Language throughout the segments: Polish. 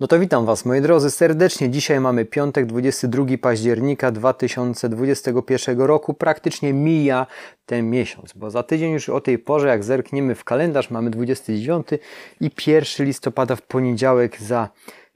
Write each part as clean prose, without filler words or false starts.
No to witam Was, moi drodzy, serdecznie. Dzisiaj mamy piątek, 22 października 2021 roku. Praktycznie mija ten miesiąc, bo za tydzień już o tej porze, jak zerkniemy w kalendarz, mamy 29 i 1 listopada w poniedziałek za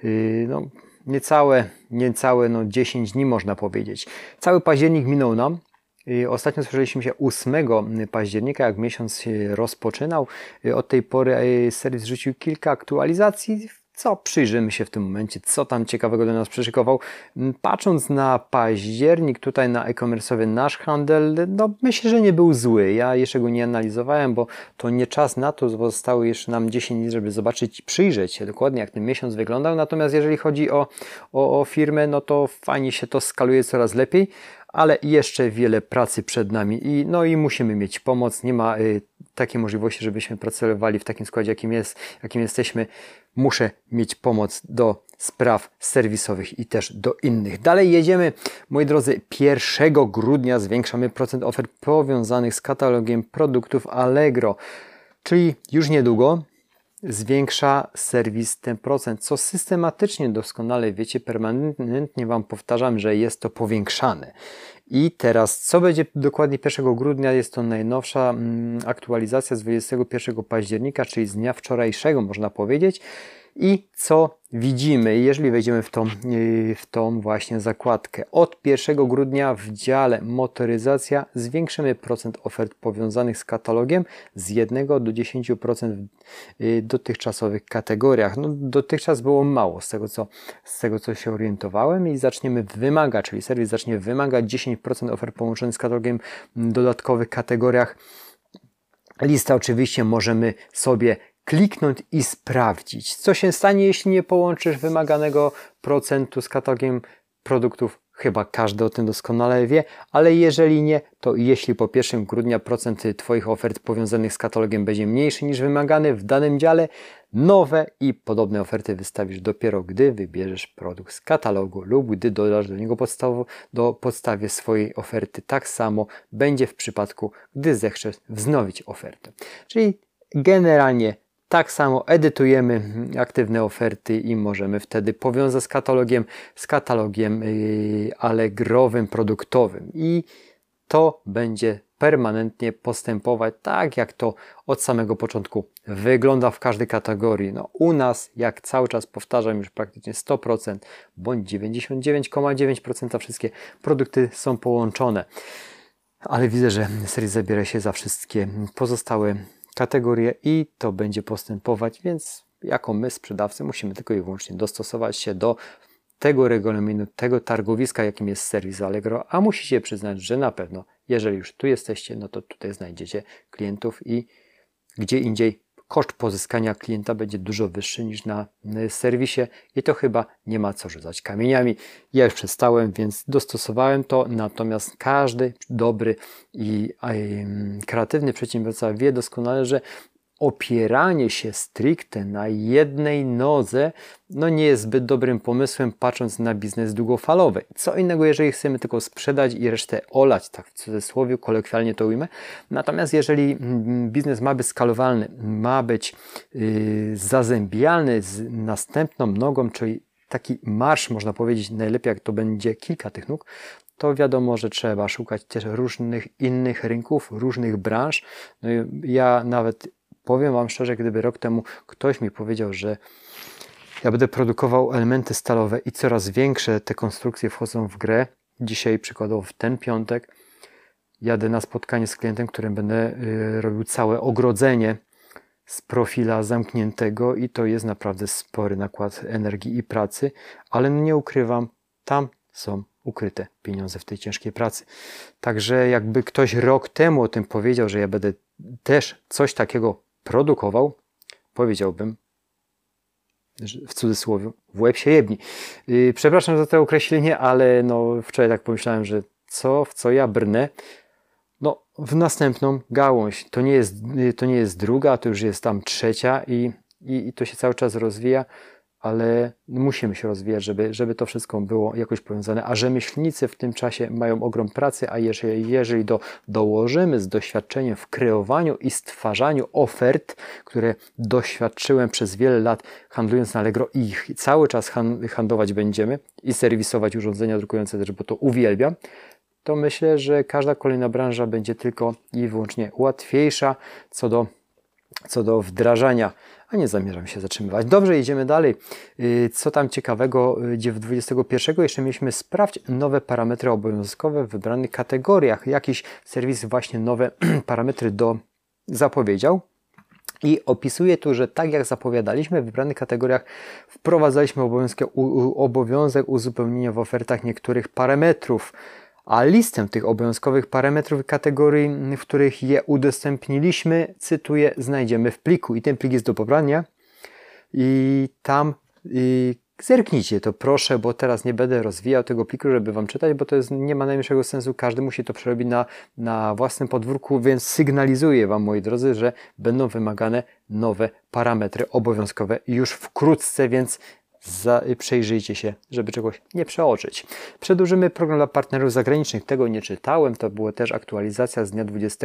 niecałe 10 dni, można powiedzieć. Cały październik minął nam. Ostatnio słyszeliśmy się 8 października, jak miesiąc się rozpoczynał. Od tej pory serwis rzucił kilka aktualizacji. Co przyjrzymy się w tym momencie, co tam ciekawego do nas przyszykował. Patrząc na październik, tutaj na e-commerce'owy nasz handel, no myślę, że nie był zły. Ja jeszcze go nie analizowałem, bo to nie czas na to, zostało jeszcze nam 10 dni, żeby zobaczyć i przyjrzeć się dokładnie, jak ten miesiąc wyglądał. Natomiast jeżeli chodzi o firmę, no to fajnie się to skaluje coraz lepiej, ale jeszcze wiele pracy przed nami i musimy mieć pomoc. Nie ma takiej możliwości, żebyśmy pracowali w takim składzie, jakim jesteśmy. Muszę mieć pomoc do spraw serwisowych i też do innych. Dalej jedziemy, moi drodzy. 1 grudnia zwiększamy procent ofert powiązanych z katalogiem produktów Allegro, czyli już niedługo zwiększa serwis ten procent, co systematycznie, doskonale wiecie, permanentnie Wam powtarzam, że jest to powiększane. I teraz, co będzie dokładnie 1 grudnia? Jest to najnowsza aktualizacja z 21 października, czyli z dnia wczorajszego, można powiedzieć. I co widzimy, jeżeli wejdziemy w tą właśnie zakładkę? Od 1 grudnia w dziale motoryzacja zwiększymy procent ofert powiązanych z katalogiem z 1 do 10% w dotychczasowych kategoriach. No, dotychczas było mało z tego co się orientowałem i zaczniemy wymagać, czyli serwis zacznie wymagać 10% ofert połączonych z katalogiem w dodatkowych kategoriach. Listę oczywiście możemy sobie kliknąć i sprawdzić, co się stanie, jeśli nie połączysz wymaganego procentu z katalogiem produktów. Chyba każdy o tym doskonale wie, ale jeżeli nie, to jeśli po 1 grudnia procent Twoich ofert powiązanych z katalogiem będzie mniejszy niż wymagany w danym dziale, nowe i podobne oferty wystawisz dopiero, gdy wybierzesz produkt z katalogu lub gdy dodasz do niego podstawie swojej oferty. Tak samo będzie w przypadku, gdy zechcesz wznowić ofertę. Czyli generalnie tak samo edytujemy aktywne oferty i możemy wtedy powiązać z katalogiem allegrowym, produktowym. I to będzie permanentnie postępować tak, jak to od samego początku wygląda w każdej kategorii. No, u nas, jak cały czas powtarzam, już praktycznie 100% bądź 99,9% wszystkie produkty są połączone. Ale widzę, że serwis zabiera się za wszystkie pozostałe kategorie i to będzie postępować, więc jako my, sprzedawcy, musimy tylko i wyłącznie dostosować się do tego regulaminu, tego targowiska, jakim jest serwis Allegro, a musicie przyznać, że na pewno, jeżeli już tu jesteście, no to tutaj znajdziecie klientów i gdzie indziej koszt pozyskania klienta będzie dużo wyższy niż na serwisie i to chyba nie ma co rzucać kamieniami. Ja już przestałem, więc dostosowałem to, natomiast każdy dobry i kreatywny przedsiębiorca wie doskonale, że opieranie się stricte na jednej nodze nie jest zbyt dobrym pomysłem, patrząc na biznes długofalowy. Co innego, jeżeli chcemy tylko sprzedać i resztę olać, tak w cudzysłowie, kolokwialnie to ujmę. Natomiast jeżeli biznes ma być skalowalny, ma być zazębialny z następną nogą, czyli taki marsz, można powiedzieć, najlepiej jak to będzie kilka tych nóg, to wiadomo, że trzeba szukać też różnych innych rynków, różnych branż. No ja nawet powiem Wam szczerze, gdyby rok temu ktoś mi powiedział, że ja będę produkował elementy stalowe i coraz większe te konstrukcje wchodzą w grę. Dzisiaj przykładowo w ten piątek jadę na spotkanie z klientem, którym będę robił całe ogrodzenie z profila zamkniętego i to jest naprawdę spory nakład energii i pracy, ale nie ukrywam, tam są ukryte pieniądze w tej ciężkiej pracy. Także jakby ktoś rok temu o tym powiedział, że ja będę też coś takiego produkował, powiedziałbym, w cudzysłowie, w łeb się jebni. Przepraszam za to określenie, ale wczoraj tak pomyślałem, że w co ja brnę? W następną gałąź. To nie jest druga, to już jest tam trzecia i to się cały czas rozwija. ale musimy się rozwijać, żeby to wszystko było jakoś powiązane, a rzemieślnicy w tym czasie mają ogrom pracy, a jeżeli dołożymy z doświadczeniem w kreowaniu i stwarzaniu ofert, które doświadczyłem przez wiele lat handlując na Allegro i ich cały czas handlować będziemy i serwisować urządzenia drukujące też, bo to uwielbiam, to myślę, że każda kolejna branża będzie tylko i wyłącznie łatwiejsza co do wdrażania, a nie zamierzam się zatrzymywać. Dobrze, idziemy dalej. Co tam ciekawego, gdzie w 21 jeszcze mieliśmy sprawdź nowe parametry obowiązkowe w wybranych kategoriach. Jakiś serwis właśnie nowe parametry zapowiedział. I opisuje tu, że tak jak zapowiadaliśmy, w wybranych kategoriach wprowadzaliśmy obowiązek uzupełnienia w ofertach niektórych parametrów. A listę tych obowiązkowych parametrów i kategorii, w których je udostępniliśmy, cytuję, znajdziemy w pliku. I ten plik jest do pobrania. I tam zerknijcie to proszę, bo teraz nie będę rozwijał tego pliku, żeby Wam czytać, bo to nie ma najmniejszego sensu. Każdy musi to przerobić na własnym podwórku, więc sygnalizuję Wam, moi drodzy, że będą wymagane nowe parametry obowiązkowe już wkrótce, więc przejrzyjcie się, żeby czegoś nie przeoczyć. Przedłużymy program dla partnerów zagranicznych. Tego nie czytałem. To była też aktualizacja z dnia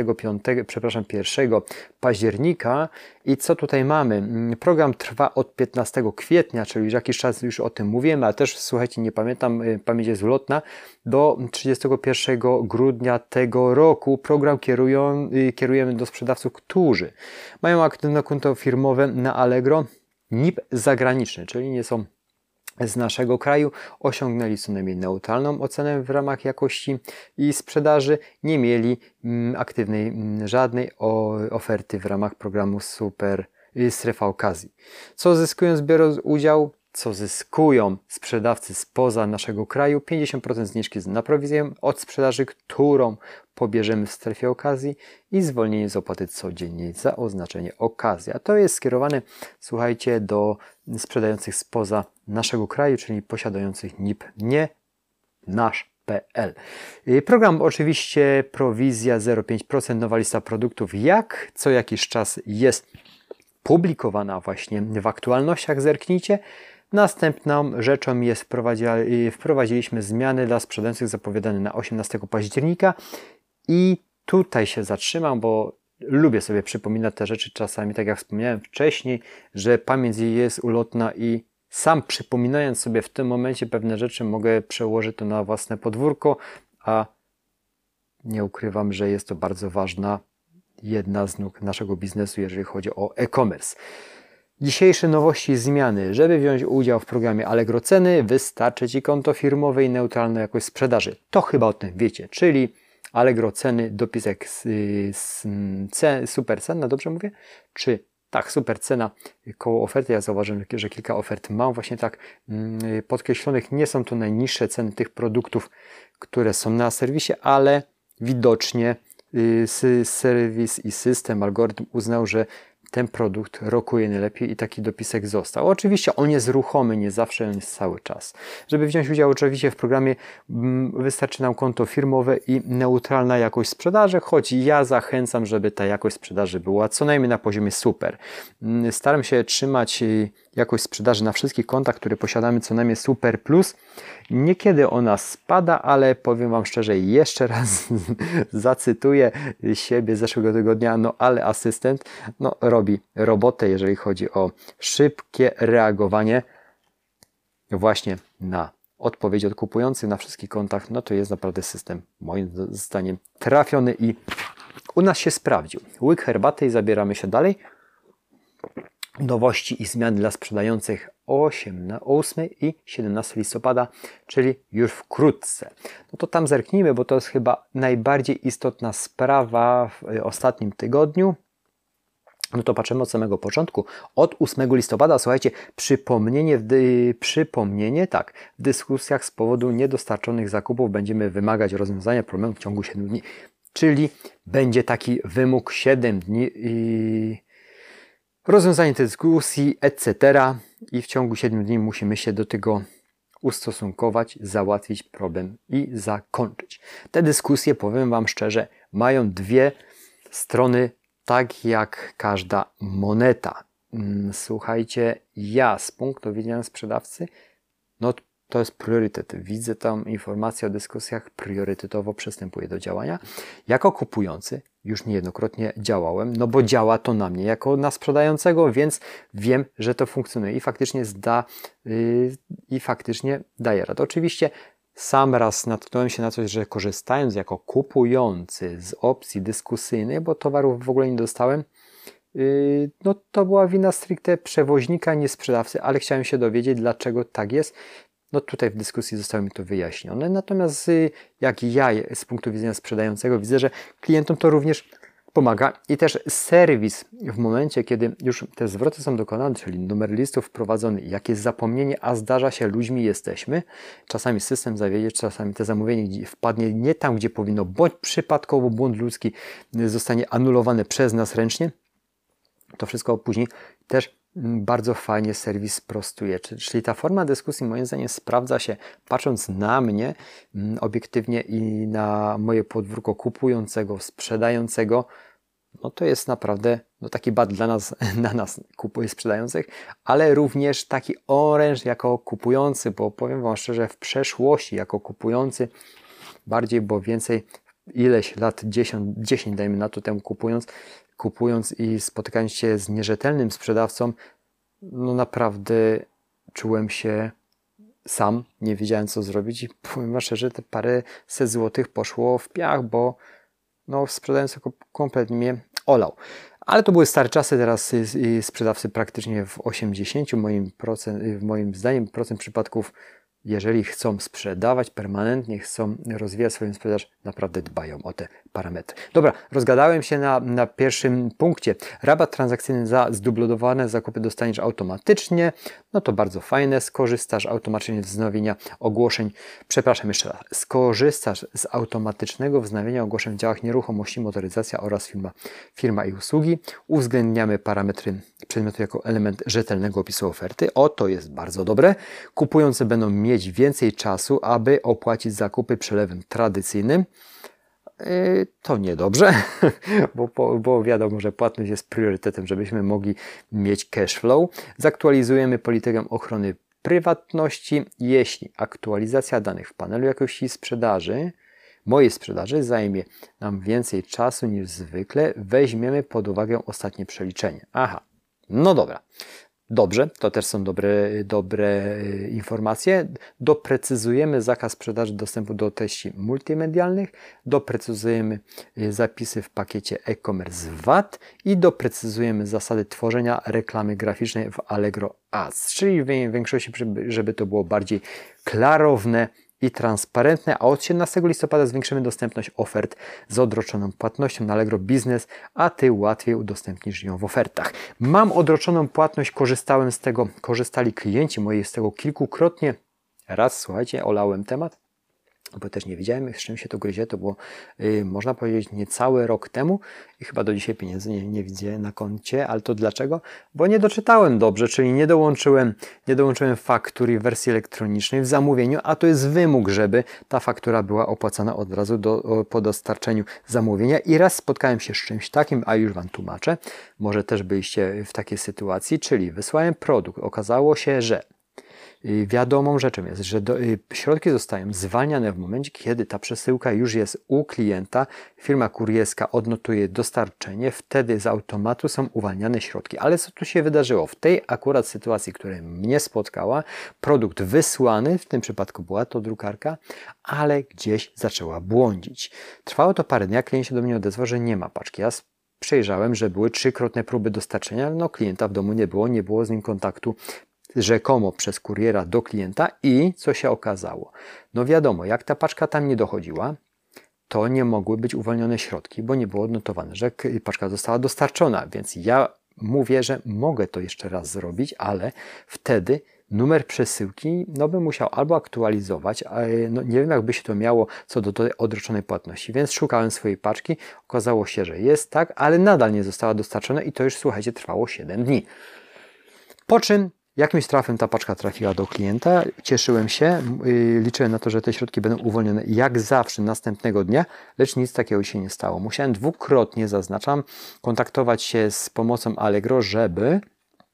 1 października. I co tutaj mamy? Program trwa od 15 kwietnia, czyli już jakiś czas już o tym mówiłem, ale też, słuchajcie, nie pamiętam, pamięć jest ulotna, do 31 grudnia tego roku. Program kierujemy do sprzedawców, którzy mają aktywne konto firmowe na Allegro, NIP zagraniczny, czyli nie są z naszego kraju, osiągnęli co najmniej neutralną ocenę w ramach jakości i sprzedaży, nie mieli aktywnej żadnej oferty w ramach programu Super Strefa Okazji. Co zyskują biorąc udział? Co zyskują sprzedawcy spoza naszego kraju? 50% zniżki na prowizję od sprzedaży, którą pobierzemy w strefie okazji i zwolnienie z opłaty codziennie za oznaczenie okazja. To jest skierowane, słuchajcie, do sprzedających spoza naszego kraju, czyli posiadających NIP nie nasz.pl. Program oczywiście prowizja 0,5%, nowa lista produktów, jak co jakiś czas jest publikowana właśnie w aktualnościach, zerknijcie. Następną rzeczą jest wprowadziliśmy zmiany dla sprzedających zapowiadane na 18 października i tutaj się zatrzymam, bo lubię sobie przypominać te rzeczy czasami, tak jak wspomniałem wcześniej, że pamięć jest ulotna i sam przypominając sobie w tym momencie pewne rzeczy mogę przełożyć to na własne podwórko, a nie ukrywam, że jest to bardzo ważna jedna z nóg naszego biznesu, jeżeli chodzi o e-commerce. Dzisiejsze nowości i zmiany. Żeby wziąć udział w programie Allegro Ceny, wystarczy Ci konto firmowe i neutralna jakość sprzedaży. To chyba o tym wiecie, czyli Allegro Ceny, dopisek super cena, dobrze mówię? Czy tak, super cena koło oferty. Ja zauważyłem, że kilka ofert mam właśnie tak podkreślonych. Nie są to najniższe ceny tych produktów, które są na serwisie, ale widocznie serwis i system, algorytm uznał, że ten produkt rokuje najlepiej i taki dopisek został. Oczywiście on jest ruchomy, nie zawsze on jest cały czas. Żeby wziąć udział oczywiście w programie wystarczy nam konto firmowe i neutralna jakość sprzedaży, choć ja zachęcam, żeby ta jakość sprzedaży była co najmniej na poziomie super. Staram się trzymać jakość sprzedaży na wszystkich kontach, które posiadamy co najmniej super plus. Niekiedy ona spada, ale powiem Wam szczerze, jeszcze raz zacytuję siebie z zeszłego tygodnia, no ale asystent robi robotę, jeżeli chodzi o szybkie reagowanie właśnie na odpowiedzi od kupujących na wszystkich kontach, no to jest naprawdę system moim zdaniem trafiony i u nas się sprawdził. Łyk herbaty i zabieramy się dalej. Nowości i zmiany dla sprzedających 8 i 17 listopada, czyli już wkrótce. No to tam zerknijmy, bo to jest chyba najbardziej istotna sprawa w ostatnim tygodniu. No to patrzymy od samego początku. Od 8 listopada, słuchajcie, przypomnienie, tak, w dyskusjach z powodu niedostarczonych zakupów będziemy wymagać rozwiązania problemu w ciągu 7 dni. Czyli będzie taki wymóg 7 dni rozwiązanie tej dyskusji, etc. I w ciągu 7 dni musimy się do tego ustosunkować, załatwić problem i zakończyć. Te dyskusje, powiem Wam szczerze, mają dwie strony, tak jak każda moneta. słuchajcie, ja z punktu widzenia sprzedawcy, no to jest priorytet. Widzę tam informacje o dyskusjach, priorytetowo przystępuję do działania. Jako kupujący już niejednokrotnie działałem, no bo działa to na mnie jako na sprzedającego, więc wiem, że to funkcjonuje i faktycznie daje radę. Oczywiście sam raz natknąłem się na coś, że korzystając jako kupujący z opcji dyskusyjnej, bo towarów w ogóle nie dostałem, no to była wina stricte przewoźnika, nie sprzedawcy, ale chciałem się dowiedzieć, dlaczego tak jest. No tutaj w dyskusji zostało mi to wyjaśnione. Natomiast jak ja z punktu widzenia sprzedającego widzę, że klientom to również pomaga i też serwis w momencie, kiedy już te zwroty są dokonane, czyli numer listu wprowadzony, jakieś zapomnienie, a zdarza się, ludźmi jesteśmy, czasami system zawiedzie, czasami te zamówienie wpadnie nie tam, gdzie powinno, bądź przypadkowo błąd ludzki zostanie anulowany przez nas ręcznie, to wszystko później też bardzo fajnie serwis prostuje. Czyli ta forma dyskusji moim zdaniem sprawdza się, patrząc na mnie obiektywnie i na moje podwórko kupującego, sprzedającego, no to jest naprawdę taki bat dla nas, na nas sprzedających, ale również taki oręż jako kupujący, bo powiem Wam szczerze, w przeszłości jako kupujący bardziej, bo więcej, ileś lat, 10 dajmy na to temu kupując i spotykając się z nierzetelnym sprzedawcą, no naprawdę czułem się sam, nie wiedziałem co zrobić i powiem Wam szczerze, te paręset złotych poszło w piach, bo no sprzedając kompletnie mnie olał. Ale to były stare czasy, teraz sprzedawcy praktycznie w 80 moim zdaniem procent przypadków, jeżeli chcą sprzedawać permanentnie, chcą rozwijać swoją sprzedaż, naprawdę dbają o te parametry. Dobra, rozgadałem się na pierwszym punkcie. Rabat transakcyjny za zdublowane zakupy dostaniesz automatycznie. No to bardzo fajne. Skorzystasz automatycznie z wznowienia ogłoszeń. Przepraszam jeszcze raz. Skorzystasz z automatycznego wznowienia ogłoszeń w działach nieruchomości, motoryzacja oraz firma i usługi. Uwzględniamy parametry przedmiotu jako element rzetelnego opisu oferty. O, to jest bardzo dobre. Kupujący będą mieć więcej czasu, aby opłacić zakupy przelewem tradycyjnym. To niedobrze, bo wiadomo, że płatność jest priorytetem, żebyśmy mogli mieć cash flow. Zaktualizujemy politykę ochrony prywatności. Jeśli aktualizacja danych w panelu jakości mojej sprzedaży zajmie nam więcej czasu niż zwykle, weźmiemy pod uwagę ostatnie przeliczenie. Aha, no dobra. Dobrze, to też są dobre informacje. Doprecyzujemy zakaz sprzedaży dostępu do treści multimedialnych, doprecyzujemy zapisy w pakiecie e-commerce VAT i doprecyzujemy zasady tworzenia reklamy graficznej w Allegro Ads, czyli w większości, żeby to było bardziej klarowne i transparentne, a od 17 listopada zwiększymy dostępność ofert z odroczoną płatnością na Allegro Business, a Ty łatwiej udostępnisz ją w ofertach. Mam odroczoną płatność, korzystałem z tego, korzystali klienci moi z tego kilkukrotnie. Raz, słuchajcie, olałem temat, bo też nie wiedziałem, z czym się to gryzie. To było, można powiedzieć, niecały rok temu i chyba do dzisiaj pieniędzy nie widzę na koncie, ale to dlaczego? Bo nie doczytałem dobrze, czyli nie dołączyłem faktury w wersji elektronicznej w zamówieniu, a to jest wymóg, żeby ta faktura była opłacana od razu po dostarczeniu zamówienia i raz spotkałem się z czymś takim, a już Wam tłumaczę, może też byliście w takiej sytuacji, czyli wysłałem produkt, okazało się, że wiadomą rzeczą jest, że środki zostają zwalniane w momencie, kiedy ta przesyłka już jest u klienta, firma kurierska odnotuje dostarczenie, wtedy z automatu są uwalniane środki. Ale co tu się wydarzyło? W tej akurat sytuacji, która mnie spotkała, produkt wysłany, w tym przypadku była to drukarka, ale gdzieś zaczęła błądzić. Trwało to parę dni, a klient się do mnie odezwał, że nie ma paczki. Ja przejrzałem, że były 3-krotne próby dostarczenia, ale klienta w domu nie było z nim kontaktu rzekomo przez kuriera do klienta i co się okazało? No wiadomo, jak ta paczka tam nie dochodziła, to nie mogły być uwolnione środki, bo nie było odnotowane, że paczka została dostarczona, więc ja mówię, że mogę to jeszcze raz zrobić, ale wtedy numer przesyłki bym musiał albo aktualizować, nie wiem jakby się to miało co do tej odroczonej płatności, więc szukałem swojej paczki, okazało się, że jest tak, ale nadal nie została dostarczona i to już, słuchajcie, trwało 7 dni. Po czym jakimś trafem ta paczka trafiła do klienta, cieszyłem się, liczyłem na to, że te środki będą uwolnione jak zawsze następnego dnia, lecz nic takiego się nie stało. Musiałem dwukrotnie, zaznaczam, kontaktować się z pomocą Allegro, żeby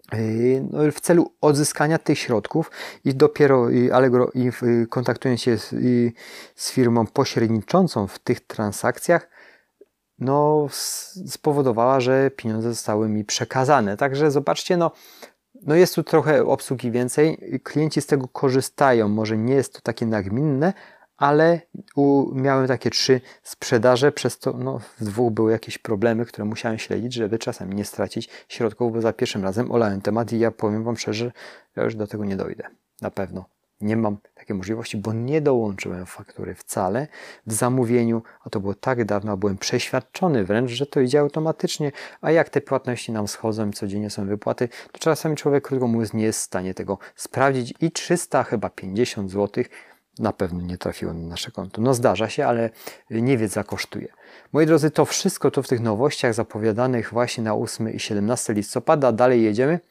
no, w celu odzyskania tych środków i dopiero Allegro kontaktując się z firmą pośredniczącą w tych transakcjach, no, spowodowała, że pieniądze zostały mi przekazane. Także zobaczcie, no jest tu trochę obsługi więcej, klienci z tego korzystają, może nie jest to takie nagminne, ale miałem takie 3 sprzedaże, przez to w 2 były jakieś problemy, które musiałem śledzić, żeby czasami nie stracić środków, bo za pierwszym razem olałem temat i ja powiem Wam szczerze, ja już do tego nie dojdę. Na pewno. Nie mam takiej możliwości, bo nie dołączyłem faktury wcale w zamówieniu, a to było tak dawno, a byłem przeświadczony wręcz, że to idzie automatycznie, a jak te płatności nam schodzą i codziennie są wypłaty, to czasami człowiek, krótko mówiąc, nie jest w stanie tego sprawdzić i 350 zł na pewno nie trafiło na nasze konto. No zdarza się, ale niewiedza kosztuje. Moi drodzy, to wszystko to w tych nowościach zapowiadanych właśnie na 8 i 17 listopada. Dalej jedziemy.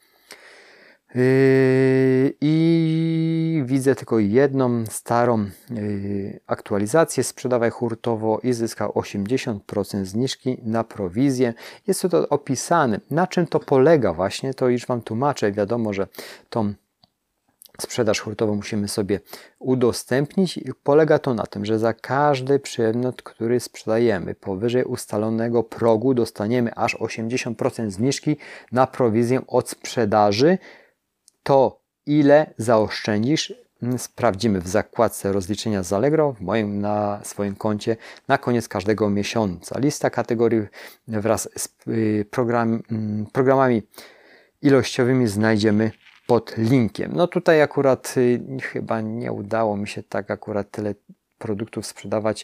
I widzę tylko jedną starą aktualizację. Sprzedawaj hurtowo i zyskał 80% zniżki na prowizję. Jest to opisane. Na czym to polega właśnie, to już Wam tłumaczę. Wiadomo, że tą sprzedaż hurtową musimy sobie udostępnić. Polega to na tym, że za każdy przedmiot, który sprzedajemy powyżej ustalonego progu, dostaniemy aż 80% zniżki na prowizję od sprzedaży. To ile zaoszczędzisz, sprawdzimy w zakładce rozliczenia z Allegro, na swoim koncie na koniec każdego miesiąca. Lista kategorii wraz z programami ilościowymi znajdziemy pod linkiem. No tutaj akurat chyba nie udało mi się tak akurat tyle produktów sprzedawać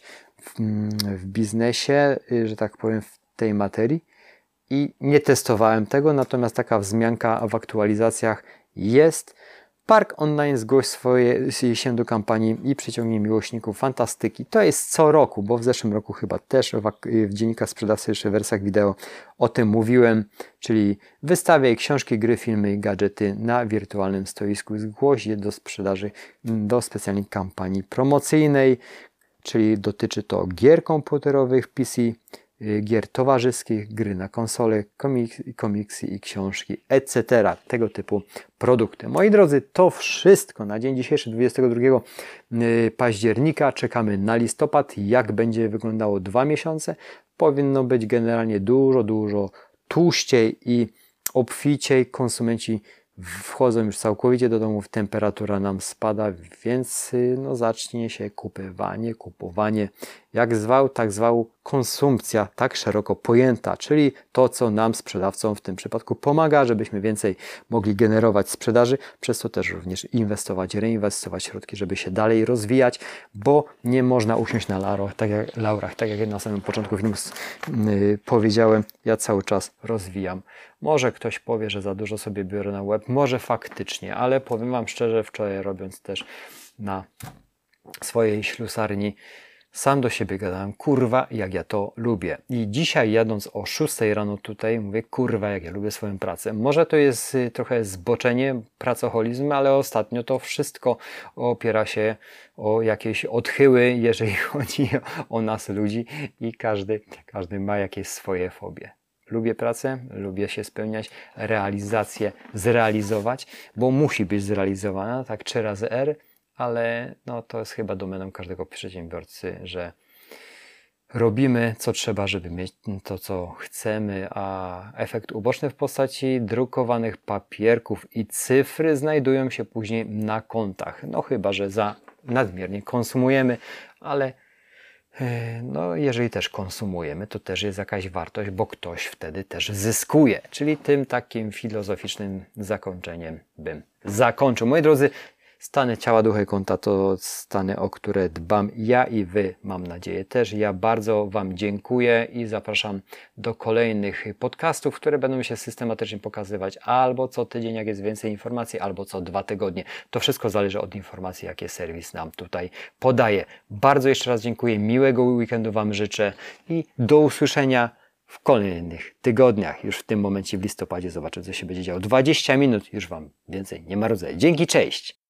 w biznesie, że tak powiem, w tej materii i nie testowałem tego, natomiast taka wzmianka w aktualizacjach jest. Park Online zgłoś się do kampanii i przyciągnij miłośników fantastyki. To jest co roku, bo w zeszłym roku chyba też w dziennikach sprzedawcy, jeszcze w wersjach wideo o tym mówiłem, czyli wystawiaj książki, gry, filmy i gadżety na wirtualnym stoisku. Zgłoś je do sprzedaży do specjalnej kampanii promocyjnej, czyli dotyczy to gier komputerowych, PC, gier towarzyskich, gry na konsole, komiksy i książki, etc. Tego typu produkty. Moi drodzy, to wszystko na dzień dzisiejszy, 22 października. Czekamy na listopad. Jak będzie wyglądało 2 miesiące? Powinno być generalnie dużo tłuściej i obficiej. Konsumenci wchodzą już całkowicie do domów, temperatura nam spada, więc zacznie się kupowanie, jak zwał, tak zwał, konsumpcja, tak szeroko pojęta, czyli to, co nam, sprzedawcom w tym przypadku pomaga, żebyśmy więcej mogli generować sprzedaży, przez to też również inwestować, reinwestować środki, żeby się dalej rozwijać, bo nie można usiąść na laurach, tak jak na samym początku filmu powiedziałem, ja cały czas rozwijam. Może ktoś powie, że za dużo sobie biorę na łeb, może faktycznie, ale powiem Wam szczerze, wczoraj robiąc też na swojej ślusarni, sam do siebie gadałem, kurwa, jak ja to lubię. I dzisiaj jadąc o 6 rano tutaj, mówię, kurwa, jak ja lubię swoją pracę. Może to jest trochę zboczenie, pracoholizm, ale ostatnio to wszystko opiera się o jakieś odchyły, jeżeli chodzi o nas ludzi i każdy ma jakieś swoje fobie. Lubię pracę, lubię się spełniać, realizację zrealizować, bo musi być zrealizowana, tak 3 razy R, ale to jest chyba domeną każdego przedsiębiorcy, że robimy co trzeba, żeby mieć to, co chcemy, a efekt uboczny w postaci drukowanych papierków i cyfry znajdują się później na kontach. Chyba że nadmiernie konsumujemy, ale jeżeli też konsumujemy, to też jest jakaś wartość, bo ktoś wtedy też zyskuje. Czyli tym takim filozoficznym zakończeniem bym zakończył. Moi drodzy, stany ciała, ducha i konta to stany, o które dbam ja i Wy, mam nadzieję też. Ja bardzo Wam dziękuję i zapraszam do kolejnych podcastów, które będą się systematycznie pokazywać albo co tydzień, jak jest więcej informacji, albo co 2 tygodnie. To wszystko zależy od informacji, jakie serwis nam tutaj podaje. Bardzo jeszcze raz dziękuję, miłego weekendu Wam życzę i do usłyszenia w kolejnych tygodniach. Już w tym momencie w listopadzie zobaczę, co się będzie działo. 20 minut, już Wam więcej nie marudzę. Dzięki, cześć!